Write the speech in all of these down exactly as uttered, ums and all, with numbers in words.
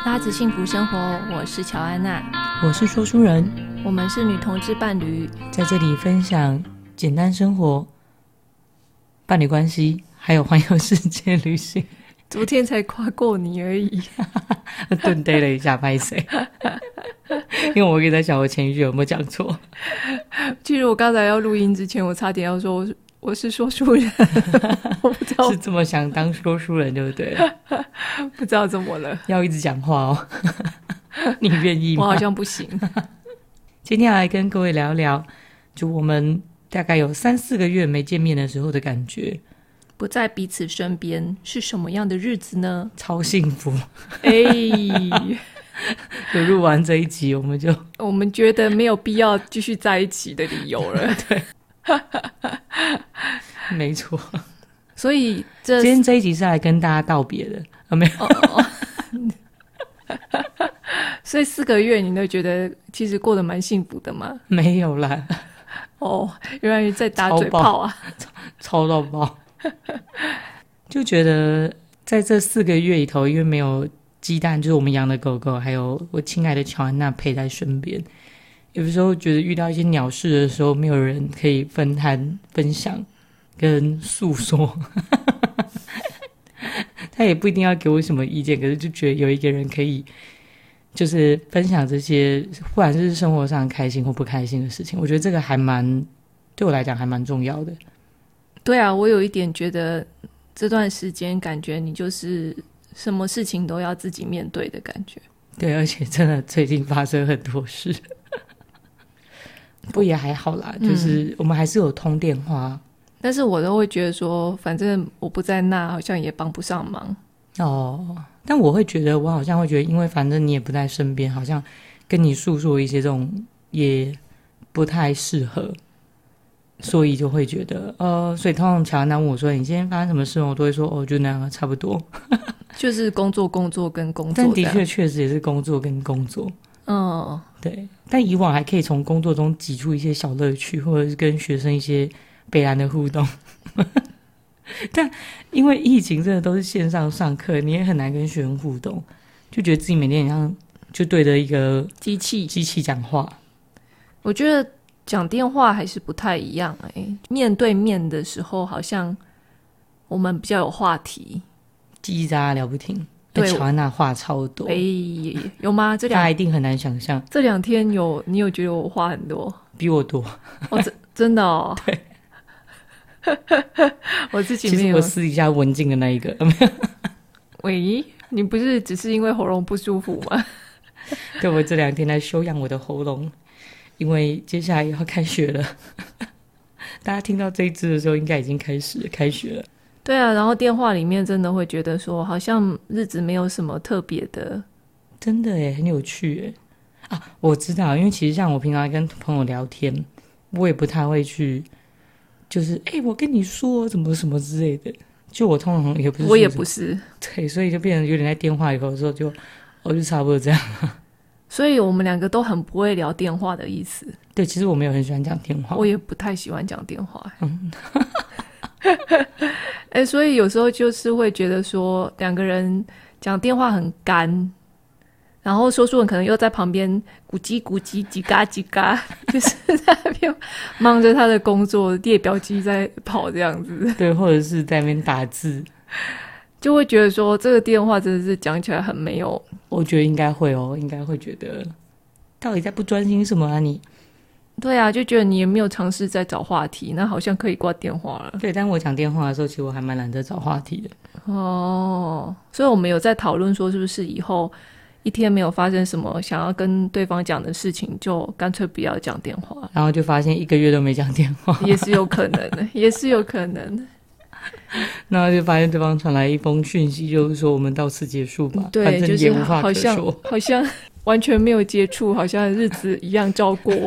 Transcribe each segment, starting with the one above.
拉子幸福生活，我是乔安娜， 我是说书人， 我们是女同志伴侣， 在这里分享简单生活、伴侣关系，还有环游世界旅行。 昨天才夸过你而已， 顿呆了一下，拍谁？因为我一直在想我前一句有没有讲错。 其实我刚才要录音之前，我差点要说我是我是说书人，我不知道是这么想当说书人，对不对？ 不知道怎么了， 要一直讲话哦。你愿意吗？ 我好像不行。 今天要来跟各位聊聊，就我们大概有三四个月没见面的时候的感觉。 不在彼此身边是什么样的日子呢？ 超幸福。 哎、 就录完这一集，我们就我们觉得没有必要继续在一起的理由了。 对，没错。 所以这今天这一集是来跟大家道别的啊，没有。 哦所以四个月你都觉得其实过得蛮幸福的吗？ 没有啦。 哦，原来在打嘴炮啊， 超到爆。就觉得在这四个月里头，因为没有鸡蛋，就是我们养的狗狗，还有我亲爱的乔安娜陪在身边，有的时候觉得遇到一些鸟事的时候，没有人可以分摊、分享跟诉说。他也不一定要给我什么意见，可是就觉得有一个人可以就是分享这些不管是生活上开心或不开心的事情，我觉得这个还蛮对我来讲还蛮重要的。 对啊，我有一点觉得这段时间感觉你就是什么事情都要自己面对的感觉。 对，而且真的最近发生很多事。不也还好啦，就是我们还是有通电话， 但是我都会觉得说反正我不在那好像也帮不上忙哦。但我会觉得我好像会觉得因为反正你也不在身边，好像跟你诉说一些这种也不太适合，所以就会觉得呃，所以通常乔安娜问我说你今天发生什么事，我都会说哦，就那样差不多。 就是工作工作跟工作， 但的确确实也是工作跟工作。 嗯， 对，但以往还可以从工作中挤出一些小乐趣，或者是跟学生一些北兰的互动。但因为疫情真的都是线上上课，你也很难跟学生互动，就觉得自己每天好像就对着一个机器机器讲话。我觉得讲电话还是不太一样哎、欸，面对面的时候好像我们比较有话题， 叽叽喳喳聊不停。 对， 乔安娜话超多。 哎、有吗？这两大家一定很难想象。 这两天有你有觉得我话很多？ 比我多。 哦，真真的哦。 对。 我自己没有。 其实我私底下文静的那一个。 喂，你不是只是因为喉咙不舒服吗？ 对，我这两天在休养我的喉咙，因为接下来要开学了。大家听到这一支的时候应该已经开始了开学了。 对啊，然后电话里面真的会觉得说好像日子没有什么特别的。 真的耶，很有趣耶。啊，我知道，因为其实像我平常跟朋友聊天，我也不太会去就是哎、欸，我跟你说怎么什么之类的，就我通常也不是， 我也不是。 对，所以就变成有点在电话里头的时候就我就差不多这样。 所以我们两个都很不会聊电话的意思。 对，其实我没有很喜欢讲电话， 我也不太喜欢讲电话。嗯。欸、所以有时候就是会觉得说两个人讲电话很干，然后说书人可能又在旁边咕叽咕叽叽嘎叽嘎，就是在那边忙着他的工作，列表机在跑这样子。 对，或者是在那边打字， 就会觉得说这个电话真的是讲起来很没有。 我觉得应该会哦，应该会觉得到底在不专心什么啊你？ 对啊，就觉得你也没有尝试在找话题，那好像可以挂电话了。 对，但我讲电话的时候其实我还蛮懒得找话题的。 哦，所以我们有在讨论说是不是以后一天没有发生什么想要跟对方讲的事情，就干脆不要讲电话， 然后就发现一个月都没讲电话。 也是有可能的。也是有可能。 然后就发现对方传来一封讯息，就是说我们到此结束吧。 对， 反正也无话可说， 就是好像好像完全没有接触，好像日子一样照过。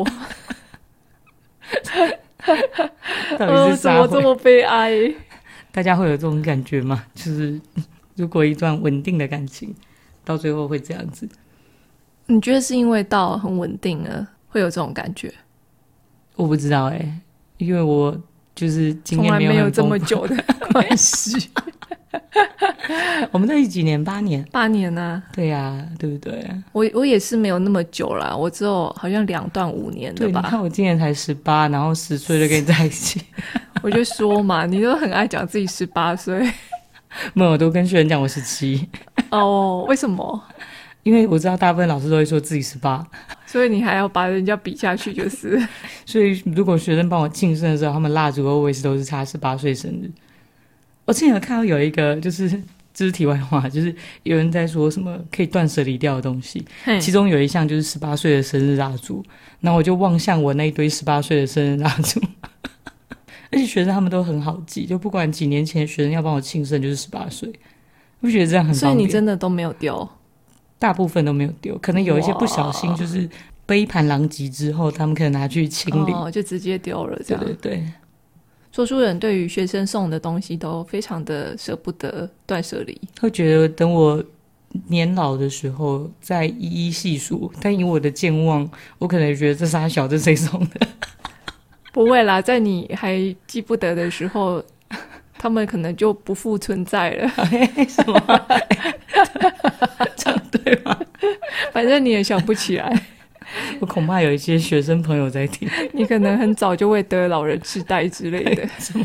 到底是怎么这么悲哀？ 大家会有这种感觉吗？就是如果一段稳定的感情到最后会这样子， 你觉得是因为到很稳定了会有这种感觉？ 我不知道哎、欸，因为我就是经验从来没有很这么久的关系。 我们在一起几年？八年？ 八年啊。 对呀、啊，对不对？ 我我也是没有那么久啦，我只有好像两段五年的对，你吧。 看我今年才十八，然后十岁就跟你在一起。 我就说嘛，你都很爱讲自己十八岁。 没有，我都跟学生讲我十七。 哦，为什么？ 因为我知道大部分老师都会说自己十八， 所以你还要把人家比下去，就是。 所以如果学生帮我庆生的时候，他们蜡烛 always 都是差十八岁生日。我之前有看到有一个就是就是题外话，就是有人在说什么可以断舍离掉的东西，其中有一项就是十八岁的生日蜡烛，然后我就望向我那一堆十八岁的生日蜡烛。而且学生他们都很好记，就不管几年前学生要帮我庆生就是十八岁，我觉得这样很方便。 所以你真的都没有丢？ 大部分都没有丢，可能有一些不小心就是杯盘狼藉之后，他们可能拿去清理， 哦，就直接丢了这样。 对对对。 说书人对于学生送的东西都非常的舍不得断舍离， 会觉得等我年老的时候再一一细数，但以我的健忘，我可能觉得这仨小这谁送的。 不会啦，在你还记不得的时候，他们可能就不复存在了。 什么？这样对吗？ 反正你也想不起来。 我恐怕有一些学生朋友在听， 你可能很早就会得老人痴呆之类的。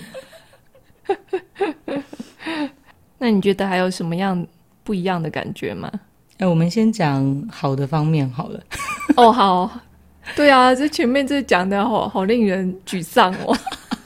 那你觉得还有什么样不一样的感觉吗？ 哎，我们先讲好的方面好了。 哦，好。对啊，这前面这讲的好好令人沮丧哦。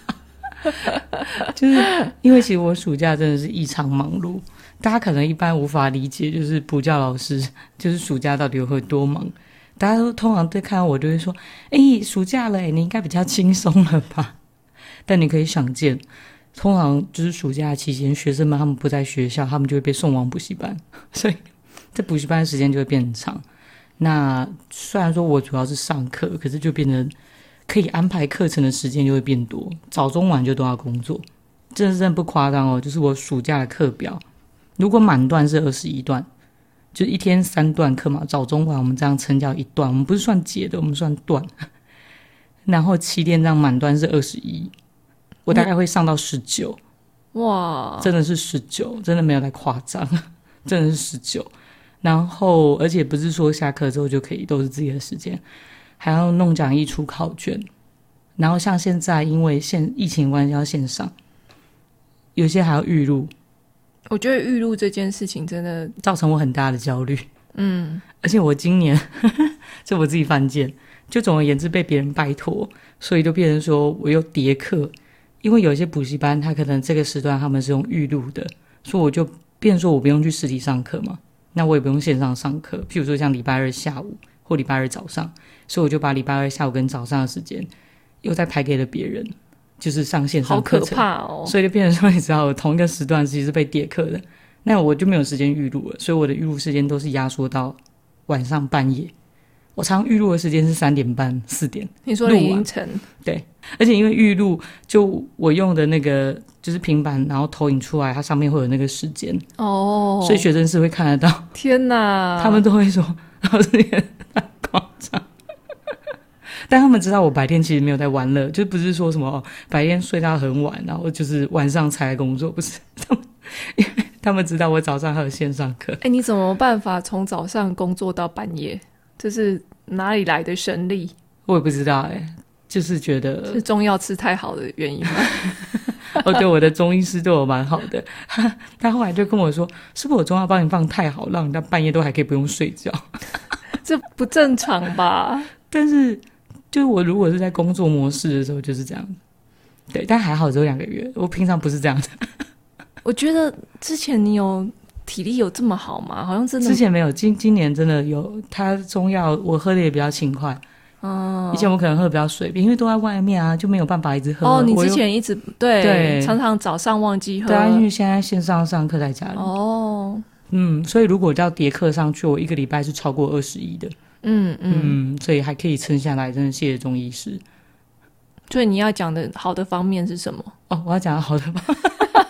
就是因为其实我暑假真的是异常忙碌，大家可能一般无法理解，就是补教老师就是暑假到底会多忙。大家都通常对看到我就会说：“哎，暑假了，哎，你应该比较轻松了吧？”但你可以想见，通常就是暑假期间，学生们他们不在学校，他们就会被送往补习班，所以在补习班的时间就会变很长。那虽然说我主要是上课，可是就变成可以安排课程的时间就会变多，早中晚就都要工作，真的是真的不夸张哦。就是我暑假的课表，如果满段是二十一段，就一天三段课嘛，早中晚我们这样称叫一段，我们不是算节的，我们算段。然后七天这样满段是二十一，我大概会上到十九。 哇， 真的是十九，真的没有在夸张，真的是十九。然后而且不是说下课之后就可以都是自己的时间，还要弄讲义出考卷，然后像现在因为现疫情关系要线上，有些还要预录。 我觉得预录这件事情真的造成我很大的焦虑。 嗯， 而且我今年这我自己犯贱，就总而言之被别人拜托，所以就变成说我又叠课，因为有一些补习班他可能这个时段他们是用预录的，所以我就变成说我不用去实体上课嘛，那我也不用线上上课，譬如说像礼拜二下午或礼拜二早上，所以我就把礼拜二下午跟早上的时间又再排给了别人，就是上线上课程。 好可怕哦！ 所以就变成说你知道我同一个时段其实是被叠课的，那我就没有时间预录了，所以我的预录时间都是压缩到晚上半夜。我常预录的时间是三点半四点， 你说凌晨？ 对，而且因为预录就我用的那个就是平板，然后投影出来它上面会有那个时间哦， 所以学生是会看得到。 天哪， 他们都会说老师你很夸张。但他们知道我白天其实没有在玩乐，就不是说什么、哦、白天睡到很晚然后就是晚上才来工作，不是，他们因为他们知道我早上还有线上课。 哎，你怎么办法从早上工作到半夜？这是哪里来的神力？ 我也不知道哎，就是觉得是中药吃太好的原因吗？ 哦，对，我的中医师对我蛮好的，他后来就跟我说，是不是我中药帮你放太好，让人家半夜都还可以不用睡觉？ 这不正常吧？ 但是就是我如果是在工作模式的时候就是这样子，对，但还好只有两个月，我平常不是这样子。我觉得之前你有体力有这么好吗？好像真的之前没有，今今年真的有。他中药我喝的也比较勤快，哦，以前我可能喝的比较随便，因为都在外面啊，就没有办法一直喝。 哦，你之前一直 对, 对常常早上忘记喝， 对啊，因为现在线上上课在家里。 哦， 嗯，所以如果要叠课上去，我一个礼拜是超过二十一的。嗯嗯嗯，所以还可以撑下来，真的谢谢中医师。 所以你要讲的好的方面是什么？ 哦，我要讲好的方面。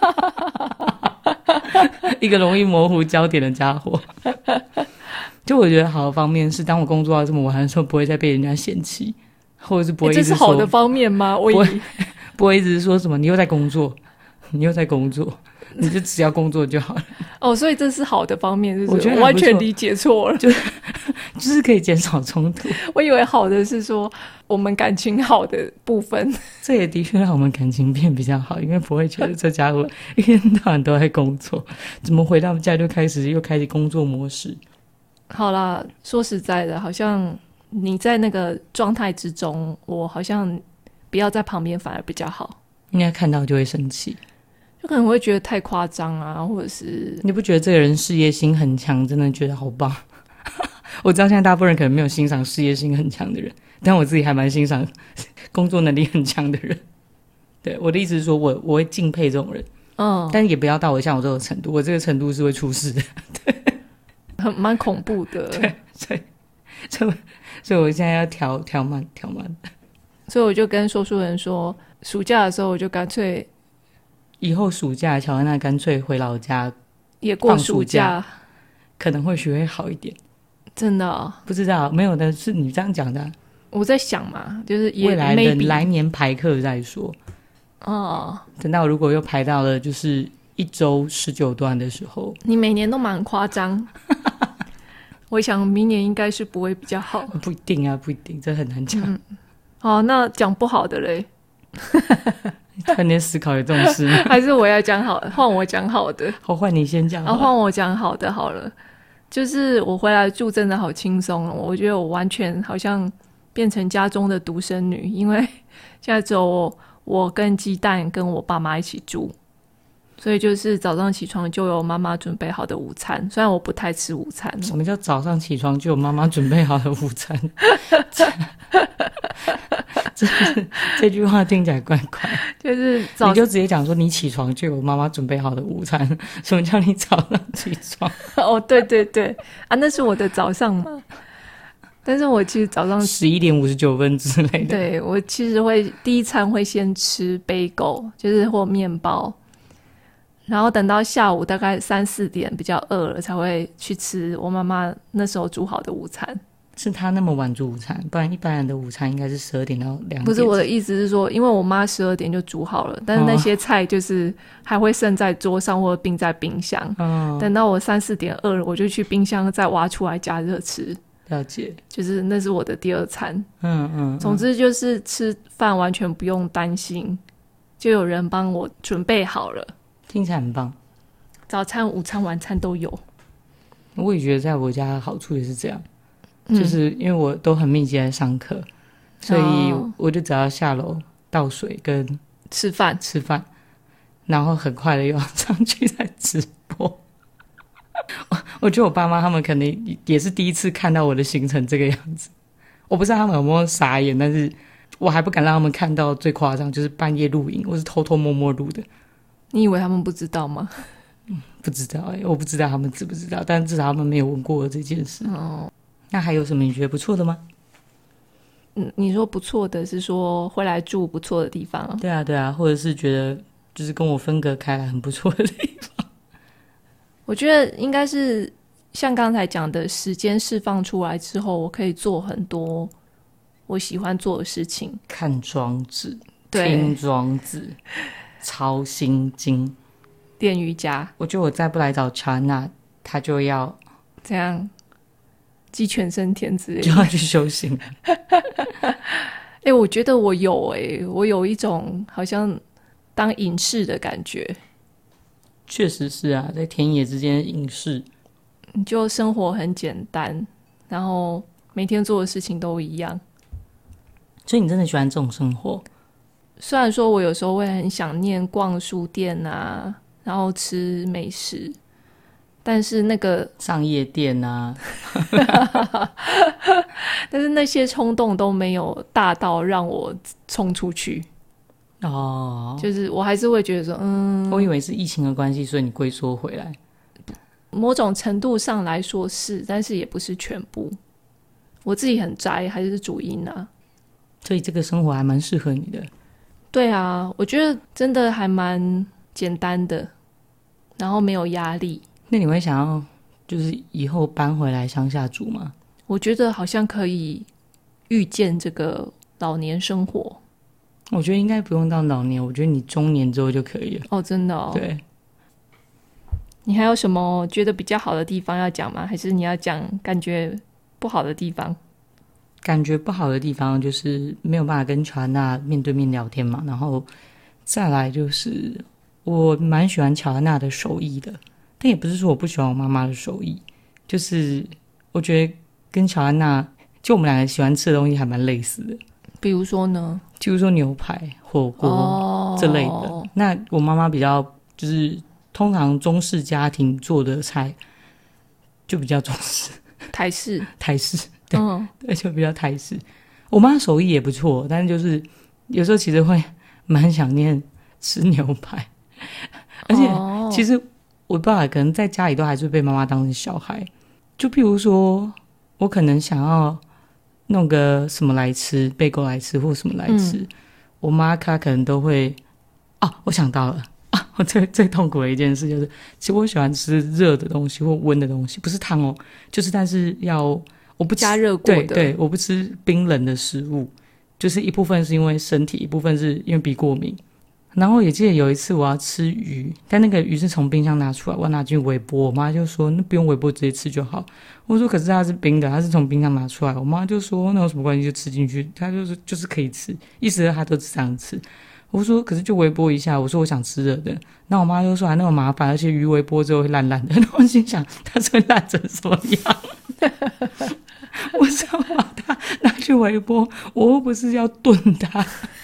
一个容易模糊焦点的家伙。就我觉得好的方面是，当我工作到这么晚的时候，不会再被人家嫌弃，或者是不会一直说、欸、这是好的方面吗？我以为不会不会一直说什么你又在工作，你又在工作。 你就只要工作就好了。 哦，所以这是好的方面，是不是？ 我觉得我完全理解错了， 就就是可以减少冲突。 我以为好的是说我们感情好的部分。 这也的确让我们感情变比较好，因为不会觉得这家伙一天到晚都在工作，怎么回到家就开始又开启工作模式。 好啦，说实在的，好像你在那个状态之中，我好像不要在旁边反而比较好。 应该看到就会生气， 就可能会觉得太夸张啊，或者是你不觉得这个人事业心很强，真的觉得好棒。我知道现在大部分人可能没有欣赏事业心很强的人，但我自己还蛮欣赏工作能力很强的人。对，我的意思是说我我会敬佩这种人，嗯，但也不要到我像我这种程度，我这个程度是会出事的。对， 很蛮恐怖的。 对，所以所以所以我现在要调调慢调慢。 所以我就跟说书人说，暑假的时候我就干脆以后暑假乔安娜干脆回老家也过暑假， 可能或许会好一点。 真的、哦、 不知道，没有的是你这样讲的、啊。 我在想嘛，就是也未来的来年排课再说。 哦， 等到如果又排到了就是一周十九段的时候， 你每年都蛮夸张。我想明年应该是不会比较好。 不一定啊，不一定，这很难讲。 嗯，好，那讲不好的嘞。 突然间思考有这种事还是我要讲好的，换我讲好的。 好，换你先讲。 啊，换我讲好的好了。就是我回来住真的好轻松哦，我觉得我完全好像变成家中的独生女，因为现在只有 我, 我跟鸡蛋跟我爸妈一起住，所以就是早上起床就有妈妈准备好的午餐，虽然我不太吃午餐。 什么叫早上起床就有妈妈准备好的午餐？这, 这句话听起来怪怪， 就是早你就直接讲说你起床就有妈妈准备好的午餐。什么叫你早上起床？ 哦，对对对啊，那是我的早上嘛。但是我其实早上十一点五十九分之类的， 对，我其实会第一餐会先吃bagel，就是或面包，然后等到下午大概三四点比较饿了，才会去吃我妈妈那时候煮好的午餐。 是他那么晚煮午餐，不然一般人的午餐应该是十二点到两点。 不是，我的意思是说，因为我妈十二点就煮好了，但是那些菜就是还会剩在桌上或者冰在冰箱。哦、等到我三四点饿了，我就去冰箱再挖出来加热吃。 了解， 就是那是我的第二餐。 嗯 嗯, 嗯， 总之就是吃饭完全不用担心，就有人帮我准备好了。 听起来很棒， 早餐、午餐、晚餐都有。 我也觉得在我家的好处也是这样。就是因为我都很密集在上课、嗯、所以我就只要下楼倒水跟吃饭吃饭，然后很快的又要上去再直播。我, 我觉得我爸妈他们可能也是第一次看到我的行程这个样子，我不知道他们有没有傻眼，但是我还不敢让他们看到最夸张就是半夜录影，我是偷偷摸摸录的。 你以为他们不知道吗？ 嗯、不知道、欸、我不知道他们知不知道，但至少他们没有问过我这件事。哦，那还有什么你觉得不错的吗？ 嗯，你说不错的是说回来住不错的地方、啊、 对啊对啊，或者是觉得就是跟我分隔开来很不错的地方。 我觉得应该是像刚才讲的，时间释放出来之后，我可以做很多我喜欢做的事情， 看庄子，听庄子，抄心经， 练瑜伽。 我觉得我再不来找乔安娜，她就要这样鸡犬升天之类的， 就要去修行。 哎、欸，我觉得我有哎、欸，我有一种好像当隐士的感觉。 确实是啊，在田野之间的隐士， 你就生活很简单，然后每天做的事情都一样。 所以你真的喜欢这种生活？ 虽然说我有时候会很想念逛书店啊，然后吃美食，但是那个上夜店啊但是那些冲动都没有大到让我冲出去。哦，就是我还是会觉得说嗯， 我以为是疫情的关系所以你龟缩回来。 某种程度上来说是，但是也不是全部。我自己很宅还是主因啊， 所以这个生活还蛮适合你的。 对啊，我觉得真的还蛮简单的，然后没有压力。 那你会想要就是以后搬回来乡下住吗？ 我觉得好像可以预见这个老年生活。 我觉得应该不用到老年，我觉得你中年之后就可以了。 哦，真的哦。 对， 你还有什么觉得比较好的地方要讲吗？还是你要讲感觉不好的地方？ 感觉不好的地方就是没有办法跟乔安娜面对面聊天嘛，然后再来就是我蛮喜欢乔安娜的手艺的，但也不是说我不喜欢我妈妈的手艺，就是我觉得跟乔安娜就我们两个喜欢吃的东西还蛮类似的。 比如说呢？ 比如说牛排、火锅这类的、哦、那我妈妈比较就是通常中式家庭做的菜就比较中式， 台式台式对、 嗯、 对，就比较台式。我妈手艺也不错，但是就是有时候其实会蛮想念吃牛排，而且其实我爸爸可能在家里都还是被妈妈当成小孩，就譬如说我可能想要弄个什么来吃，贝狗来吃或什么来吃、嗯、我妈她可能都会啊，我想到了啊，我最最痛苦的一件事就是其实我喜欢吃热的东西或温的东西，不是汤哦，就是但是要我不吃加热过的， 对对，我不吃冰冷的食物，就是一部分是因为身体，一部分是因为鼻过敏。然后也记得有一次我要吃鱼，但那个鱼是从冰箱拿出来，我要拿进去微波，我妈就说那不用微波直接吃就好。我说可是它是冰的，它是从冰箱拿出来，我妈就说那有什么关系，就吃进去，她就是就是可以吃，意思是她都这样吃。我说可是就微波一下，我说我想吃热的，那我妈就说还那么麻烦，而且鱼微波之后会烂烂的。然后我心想它是会烂成什么样我是要把它拿去微波，我又不是要炖它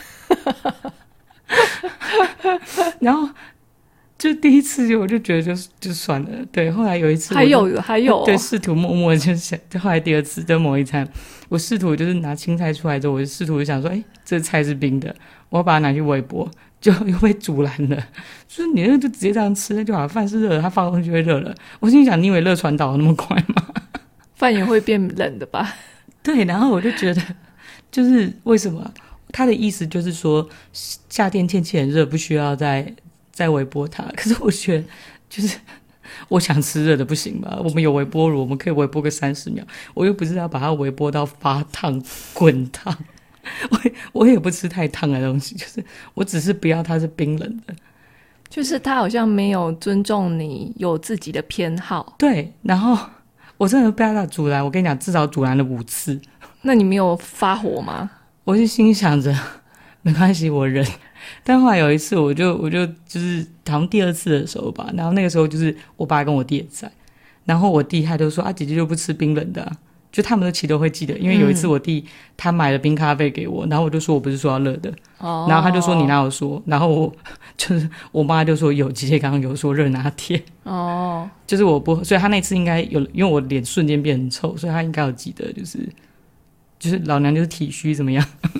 然后就第一次我就觉得就就算了，对，后来有一次还有还有、哦、 对，试图默默就想，后来第二次就某一餐我试图就是拿青菜出来之后，我就试图就想说哎，这菜是冰的，我要把它拿去微波，就又被阻拦了，就是你那就直接这样吃那就好，饭是热的，它放上去就会热了。我心想你以为热传导那么快吗？ 饭也会变冷的吧？ 对，然后我就觉得就是为什么他的意思就是说夏天天气很热不需要再再微波它，可是我觉得就是我想吃热的不行吧，我们有微波炉，我们可以微波个三十秒，我又不是要把它微波到发烫滚烫，我我也不吃太烫的东西，就是我只是不要它是冰冷的， 就是他好像没有尊重你有自己的偏好。 对，然后我真的被他阻拦，我跟你讲至少阻拦了五次。 那你没有发火吗？ 我就心想着没关系我忍，但后来有一次我就我就就是好像第二次的时候吧，然后那个时候就是我爸跟我弟也在，然后我弟他就说啊姐姐就不吃冰冷的、啊、就他们的其实都会记得，因为有一次我弟他买了冰咖啡给我，然后我就说我不是说要热的、哦、然后他就说你哪有说，然后我就是我妈就说有姐姐刚刚有说热拿铁哦，就是我不，所以他那次应该有，因为我脸瞬间变很臭，所以他应该有记得，就是就是老娘就是体虚怎么样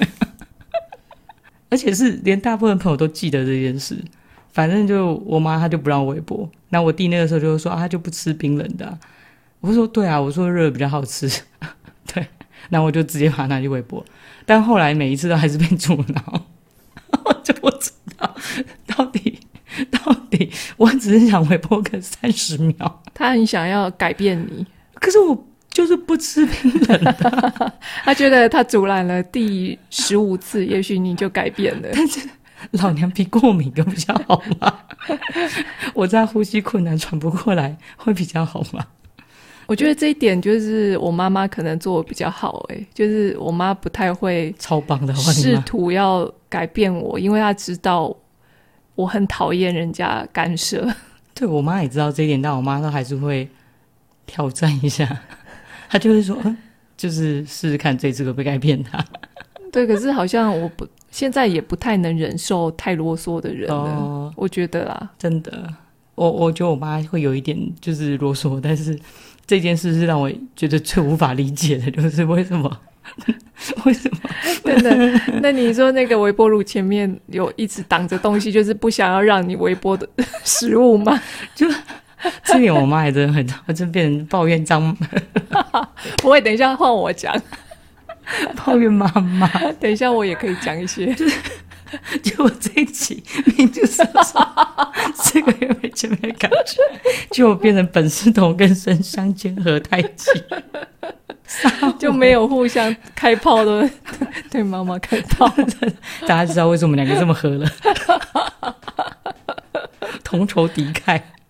而且是连大部分朋友都记得这件事，反正就我妈她就不让我微波，那我弟那个时候就说啊他就不吃冰冷的、啊、我说对啊，我说热比较好吃对，那我就直接把它拿去微波，但后来每一次都还是被阻挠我就不知道到底到底我只是想微波个三十秒， 他很想要改变你， 可是我就是不吃冰冷的他觉得他阻拦了第十五次也许你就改变了， 但是老娘皮过敏更比较好吗我在呼吸困难喘不过来会比较好吗？ 我觉得这一点就是我妈妈可能做得比较好、欸、就是我妈不太会超棒的试图要改变我，因为她知道我很讨厌人家干涉。 对，我妈也知道这一点，但我妈都还是会挑战一下，她就会说、嗯、就是试试看这次可不可以改变她对，可是好像我不现在也不太能忍受太啰嗦的人了、哦、我觉得啦，真的我我觉得我妈会有一点就是啰嗦，但是这件事是让我觉得最无法理解的，就是为什么为什么真的那你说那个微波炉前面有一直挡着东西，就是不想要让你微波的食物吗？ 就这点我妈也真的很我真变成抱怨张不会，等一下换我讲抱怨妈妈等一下我也可以讲一些就是就我这一集明就是说这个月没见没感觉，就我变成本是同根生相煎何太急就没有互相开炮的对妈妈开炮大家知道为什么我们两个这么合了同仇敌忾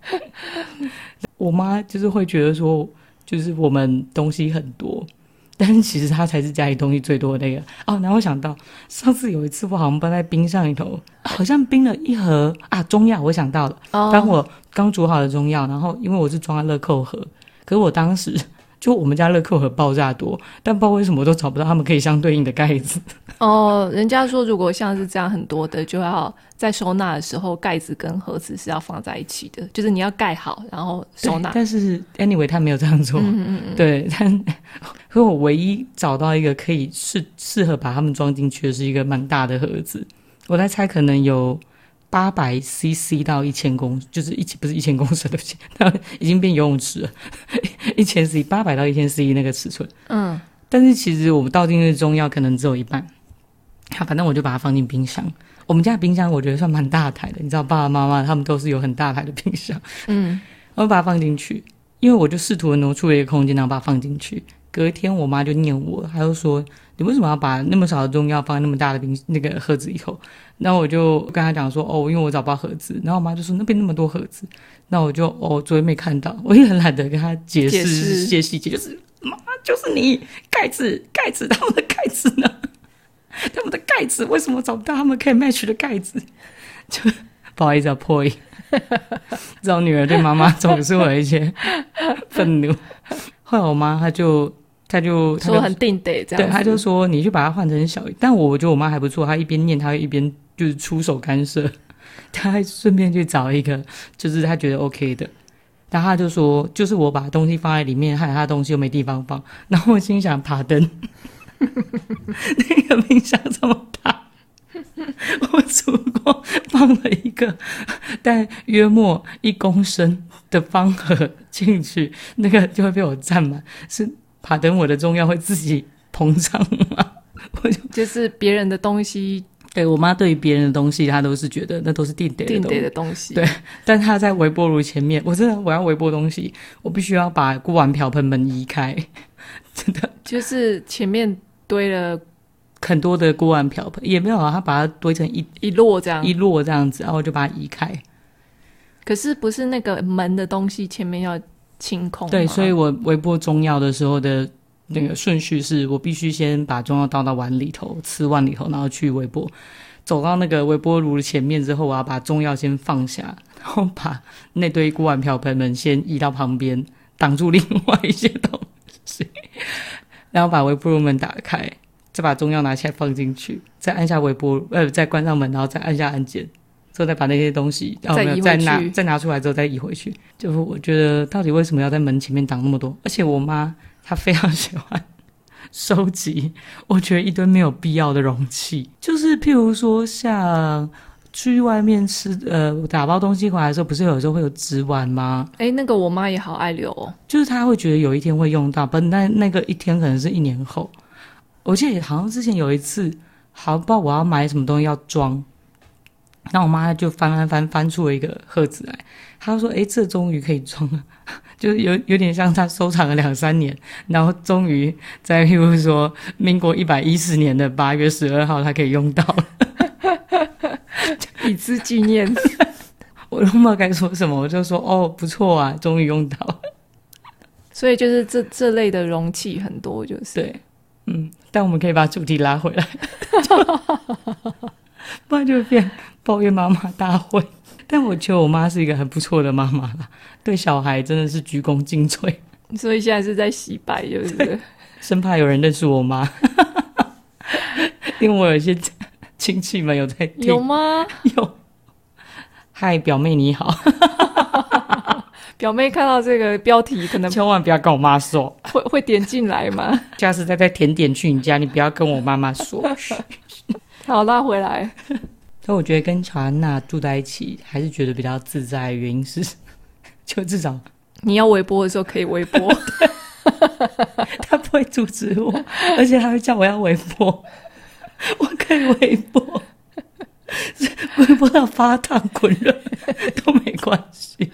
我妈就是会觉得说，就是我们东西很多，但是其实她才是家里东西最多的那个。哦，然后我想到上次有一次我好像放在冰箱里头，好像冰了一盒啊中药，我想到了， 哦当我刚煮好的中药，然后因为我是装在乐扣盒，可是我当时就我们家乐扣盒爆炸多，但不知道为什么我都找不到他们可以相对应的盖子。 哦，人家说如果像是这样很多的，就要在收纳的时候盖子跟盒子是要放在一起的，就是你要盖好然后收纳。 但是 anyway 他没有这样做， 嗯嗯嗯， 对，但所以我唯一找到一个可以适适合把它们装进去的是一个蛮大的盒子，我在猜可能有八百 C C 到一千公，就是一不是一千公升，对不起，已经变游泳池了，一千 C 八百到一千 C 那个尺寸， 嗯， 但是其实我们倒进去的中药可能只有一半，好，反正我就把它放进冰箱。我们家的冰箱我觉得算蛮大台的，你知道爸爸妈妈他们都是有很大台的冰箱， 嗯， 我把它放进去，因为我就试图挪出了一个空间，然后把它放进去。隔天我妈就念我，她就说你为什么要把那么少的中药放在那么大的冰那个盒子里头？然后我就跟她讲说哦，因为我找不到盒子。然后我妈就说那边那么多盒子，那我就哦昨天没看到，我也很懒得跟她解释这些细节，就是妈就是你盖子盖子他们的盖子呢？他们的盖子为什么找不到他们可以 match 的盖子？就不好意思啊，破音。知道女儿对妈妈总是会有一些愤怒。后来我妈她就她就说很定得这样子， 对，她就说你去把它换成小，但我觉得我妈还不错，她一边念她会一边就是出手干涉，她还顺便去找一个就是她觉得 OK 的。然后她就说就是我把东西放在里面，害她的东西又没地方放。然后我心想爬灯那个冰箱这么大，我只不过放了一个但约莫一公升的方盒进去，那个就会被我占满。是爬等我的中药会自己膨胀吗？我就就是别人的东西， 对我妈对于别人的东西，她都是觉得那都是定得的定东西得的东西。 对，但她在微波炉前面，我真的我要微波东西，我必须要把锅碗瓢盆们移开，真的就是前面堆了很多的锅碗瓢盆，也没有啊，她把它堆成一一摞这样， 一摞这样子，然后我就把它移开。 可是不是那个门的东西前面要清空吗？ 对，所以我微波中药的时候的那个顺序是我必须先把中药倒到碗里头，瓷碗里头，然后去微波。走到那个微波炉前面之后，我要把中药先放下，然后把那堆锅碗瓢盆们先移到旁边，挡住另外一些东西，然后把微波炉门打开，再把中药拿起来放进去，再按下微波呃，再关上门，然后再按下按键。之后再把那些东西，然后没有再拿再拿出来之后再移回去。就是我觉得到底为什么要在门前面挡那么多？而且我妈她非常喜欢收集，我觉得一堆没有必要的容器，就是譬如说像去外面吃呃打包东西回来的时候，不是有时候会有纸碗吗？ 哎，那个我妈也好爱留哦， 就是她会觉得有一天会用到，但那那个一天可能是一年后。我记得好像之前有一次，好不知道我要买什么东西要装。然后我妈就翻翻翻翻出了一个盒子来，她就说：“哎，这终于可以装了。”就是有有点像她收藏了两三年，然后终于在譬如说民国一百一十年的八月十二号，她可以用到了， 以资纪念。 我都不知道该说什么，我就说：“哦，不错啊，终于用到了。” 所以就是这这类的容器很多，就是对，嗯，但我们可以把主题拉回来，不然就会变抱怨妈妈大会。但我觉得我妈是一个很不错的妈妈啦，对小孩真的是鞠躬尽瘁。 所以现在是在洗白，就是生怕有人认识我妈，因为我有一些亲戚们有在听。 有吗？ 有。嗨，表妹你好。 表妹看到这个标题，可能千万不要跟我妈说， 会会点进来吗？ 下次再带甜点去你家，你不要跟我妈妈说。 好，拉回来。 所以我觉得跟乔安娜住在一起还是觉得比较自在的原因是，就至少你要微波的时候可以微波， 他不会阻止我，而且他会叫我要微波，我可以微波，微波到发烫滚热都没关系。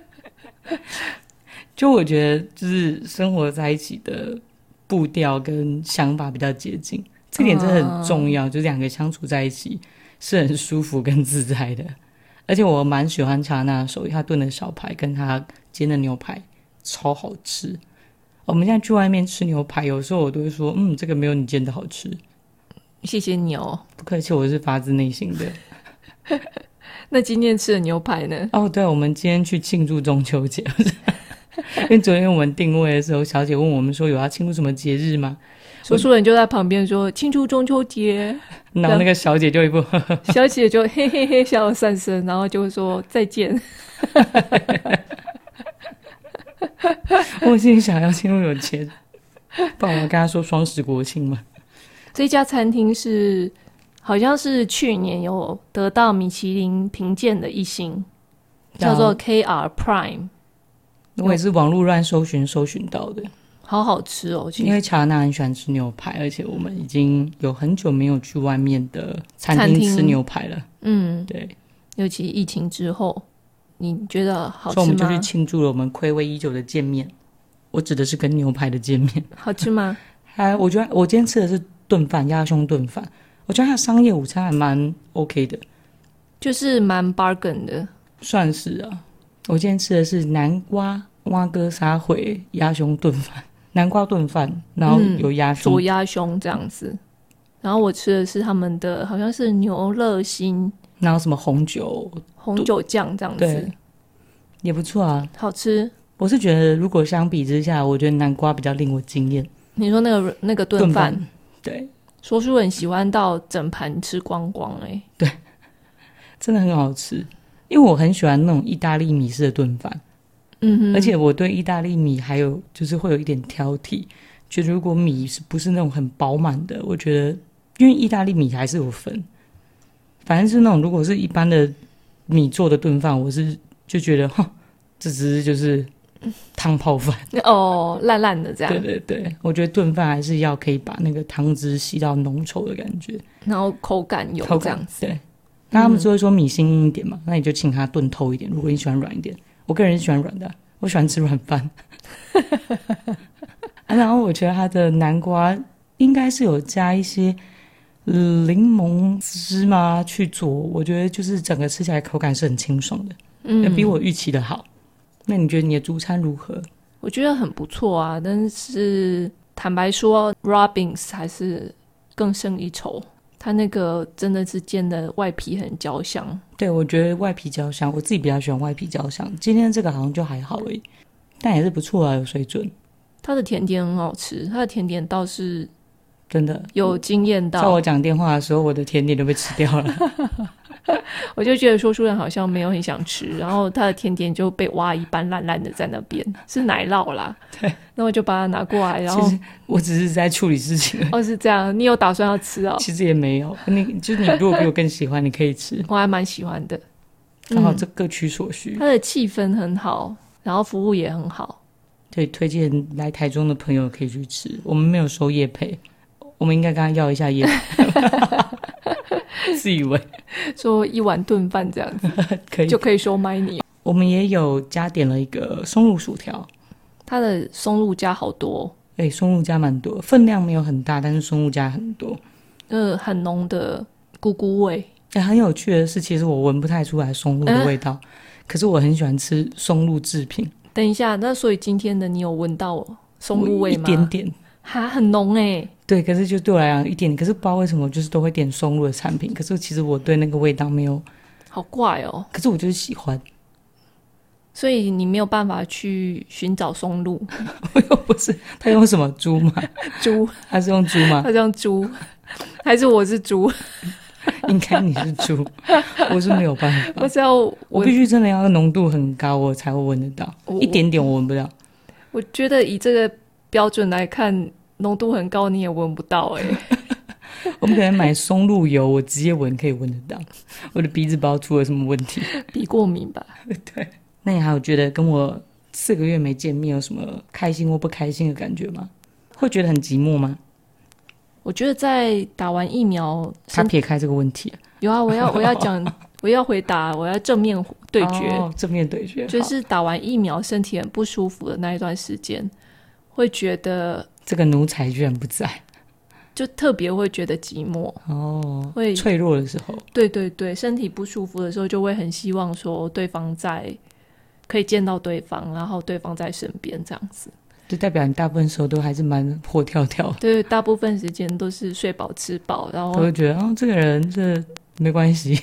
就我觉得就是生活在一起的步调跟想法比较接近，这点真的很重要，就是两个相处在一起是很舒服跟自在的。 而且我蛮喜欢查娜的手艺，他炖的小排跟他煎的牛排超好吃。我们现在去外面吃牛排，有时候我都会说，嗯，这个没有你煎的好吃。 谢谢你哦， 不客气，我是发自内心的。 那今天吃的牛排呢？ 哦，对，我们今天去庆祝中秋节。因为昨天我们订位的时候，小姐问我们说有要庆祝什么节日吗？ 说书人就在旁边说庆祝中秋节， 然后那个小姐就一步小姐就嘿嘿嘿笑了三声，然后就说再见。 我心里想要庆祝有节日，不然我跟她说双十国庆嘛。 这家餐厅是好像是去年有得到米其林评鉴的一星，叫做 K R Prime。 我也是网络乱搜寻搜寻到的， 好好吃哦。其实因为乔娜很喜欢吃牛排，而且我们已经有很久没有去外面的餐餐厅厅吃牛排了。 嗯， 对， 尤其疫情之后，你觉得好吃吗？ 所以我们就去庆祝了我们暌违已久的见面。我指的是跟牛排的见面。 好吃吗？ 还我觉得我今天吃的是炖饭，鸭胸炖饭。我觉得它的商业午餐还蛮 OK 的， 就是蛮 bargain 的， 算是啊。我今天吃的是南瓜蛙哥沙烩鸭胸炖饭，南瓜炖饭，然后有鸭胸， 左、嗯、鸭胸这样子。然后我吃的是他们的好像是牛乐心， 然后什么红酒红酒酱这样子， 也不错啊， 好吃。 我是觉得如果相比之下，我觉得南瓜比较令我惊艳。 你说那个那个炖饭， 对， 说书人喜欢到整盘吃光光哎、欸， 对，真的很好吃。因为我很喜欢那种意大利米式的炖饭， 嗯哼， 而且我对意大利米还有就是会有一点挑剔，觉得如果米是不是那种很饱满的，我觉得因为意大利米还是有分，反正是那种如果是一般的米做的炖饭，我是就觉得哼，这只是就是汤泡饭哦，烂烂的这样。 对对对，我觉得炖饭还是要可以把那个汤汁吸到浓稠的感觉， 然后口感有这样子。 对，那他们就会说米心硬一点嘛，那你就请他炖透一点。如果你喜欢软一点，我个人喜欢软的，我喜欢吃软饭。啊、然后我觉得它的南瓜应该是有加一些柠檬汁嘛去做，我觉得就是整个吃起来口感是很清爽的，嗯，比我预期的好。那你觉得你的主餐如何？ 我觉得很不错啊，但是坦白说 Robbins 还是更胜一筹，它那个真的是煎的外皮很焦香。 对，我觉得外皮焦香，我自己比较喜欢外皮焦香，今天这个好像就还好而已，但也是不错啊，有水准。 它的甜点很好吃，它的甜点倒是真的有惊艳到。 在我讲电话的时候，我的甜点都被吃掉了。 我就觉得说书人好像没有很想吃，然后他的甜点就被挖一半烂烂的在那边，是奶酪啦。 对， 那我就把它拿过来，然后其实我只是在处理事情而已。 哦，是这样，你有打算要吃哦？ 其实也没有，你就是你如果比我更喜欢，你可以吃。 我还蛮喜欢的， 刚好这各取所需。 它的气氛很好，然后服务也很好。 对，推荐来台中的朋友可以去吃。我们没有收业配，我们应该跟他要一下业配。自以为说一碗炖饭这样子可以就可以收买你。 我们也有加点了一个松露薯条， 它的松露加好多， 对，松露加蛮多，分量没有很大，但是松露加很多， 呃，很浓的菇菇味。 欸、很有趣的是，其实我闻不太出来松露的味道，嗯、可是我很喜欢吃松露制品。 等一下，那所以今天的你有闻到松露味吗？ 一点点， 哈，很浓哎。 对，可是就对我来讲一点点，可是不知道为什么就是都会点松露的产品，可是其实我对那个味道没有， 好怪哦。 可是我就是喜欢， 所以你没有办法去寻找松露。 我又不是他用什么猪吗？ 猪， 他是用猪吗？ 他是用猪，还是我是猪？ 应该你是猪，我是没有办法。 我只要 我, 我必须真的要浓度很高，我才会闻得到，一点点我闻不到。 我觉得以这个标准来看，浓度很高你也闻不到哎、 欸。我们可能买松露油，我直接闻可以闻得到。我的鼻子不知道出了什么问题， 鼻过敏吧？ 对。那你还有觉得跟我四个月没见面有什么开心或不开心的感觉吗？会觉得很寂寞吗？ 我觉得在打完疫苗， 他撇开这个问题， 有啊，我要我要讲，我要回答，我要正面对决， 哦、正面对决， 就是打完疫苗身体很不舒服的那一段时间，会觉得这个奴才居然不在， 就特别会觉得寂寞哦， 会脆弱的时候， 对对对，身体不舒服的时候就会很希望说对方在可以见到对方，然后对方在身边这样子， 就代表你大部分时候都还是蛮活跳跳， 对，大部分时间都是睡饱吃饱，然后都会觉得哦这个人这没关系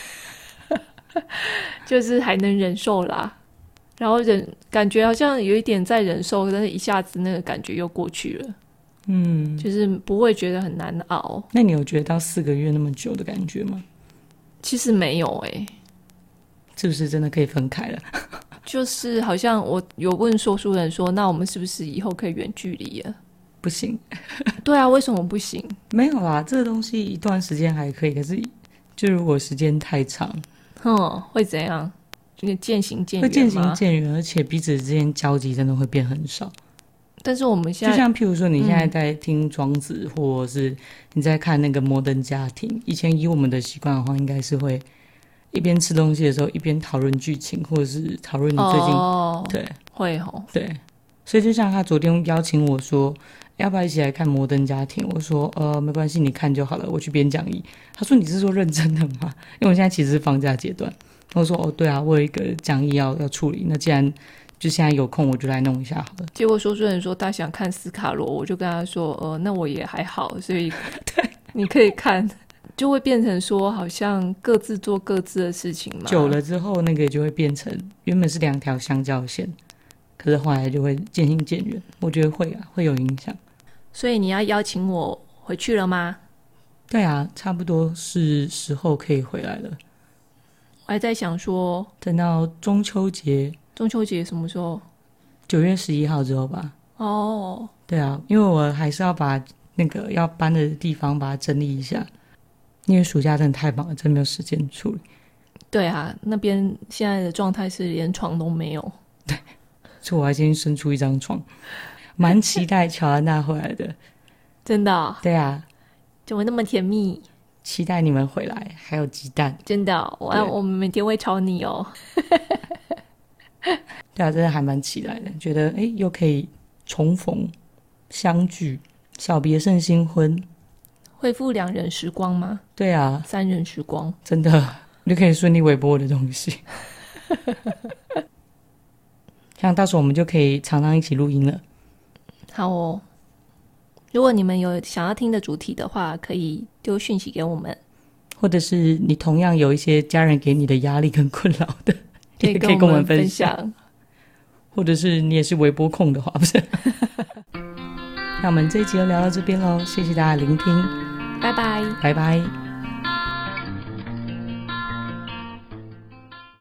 就是还能忍受啦，然后忍感觉好像有一点在忍受，但是一下子那个感觉又过去了， 嗯， 就是不会觉得很难熬。 那你有觉得到四个月那么久的感觉吗？ 其实没有欸， 是不是真的可以分开了？ 就是好像我有问说书人说，那我们是不是以后可以远距离了？ 不行， 对啊，为什么不行？ 没有啦，这个东西一段时间还可以，可是就如果时间太长， 哼，会怎样？就是渐行渐远吗？ 会渐行渐远，而且彼此之间交集真的会变很少。 但是我们现在就像譬如说你现在在听庄子、嗯、或者是你在看那个摩登家庭，以前以我们的习惯的话应该是会一边吃东西的时候一边讨论剧情，或者是讨论你最近、 哦、 对会齁对，所以就像他昨天邀请我说要不要一起来看摩登家庭，我说呃没关系你看就好了，我去编讲义。他说你是说认真的吗？因为我现在其实是放假阶段。我说哦对啊，我有一个讲义要要处理，那既然就现在有空我就来弄一下好了。 结果说书人说他想看斯卡罗，我就跟他说呃那我也还好，所以对你可以看，就会变成说好像各自做各自的事情嘛。 久了之后那个就会变成原本是两条相交线，可是后来就会渐行渐远，我觉得会啊，会有影响。 所以你要邀请我回去了吗？ 对啊，差不多是时候可以回来了。 我还在想说等到中秋节， 中秋节什么时候？ 九月十一号之后吧。 哦， 对啊，因为我还是要把那个要搬的地方把它整理一下，因为暑假真的太忙了，真没有时间处理。 对啊，那边现在的状态是连床都没有。 对，所以我还先生出一张床，蛮期待乔安娜回来的。 真的、哦？ 对啊， 怎么那么甜蜜？ 期待你们回来，还有鸡蛋。 真的、哦，我我们每天会吵你哦。 对啊，真的还蛮期待的，觉得哎，又可以重逢相聚，小别胜新婚， 恢复两人时光吗？ 对啊， 三人时光， 真的就可以顺利微波我的东西。像到时候我们就可以常常一起录音了。 好哦，如果你们有想要听的主题的话，可以丢讯息给我们， 或者是你同样有一些家人给你的压力跟困扰的， 也可以跟我们分享。 或者是你也是微波控的话，不是？那我们这一集就聊到这边咯，谢谢大家聆听， 拜拜， 拜拜。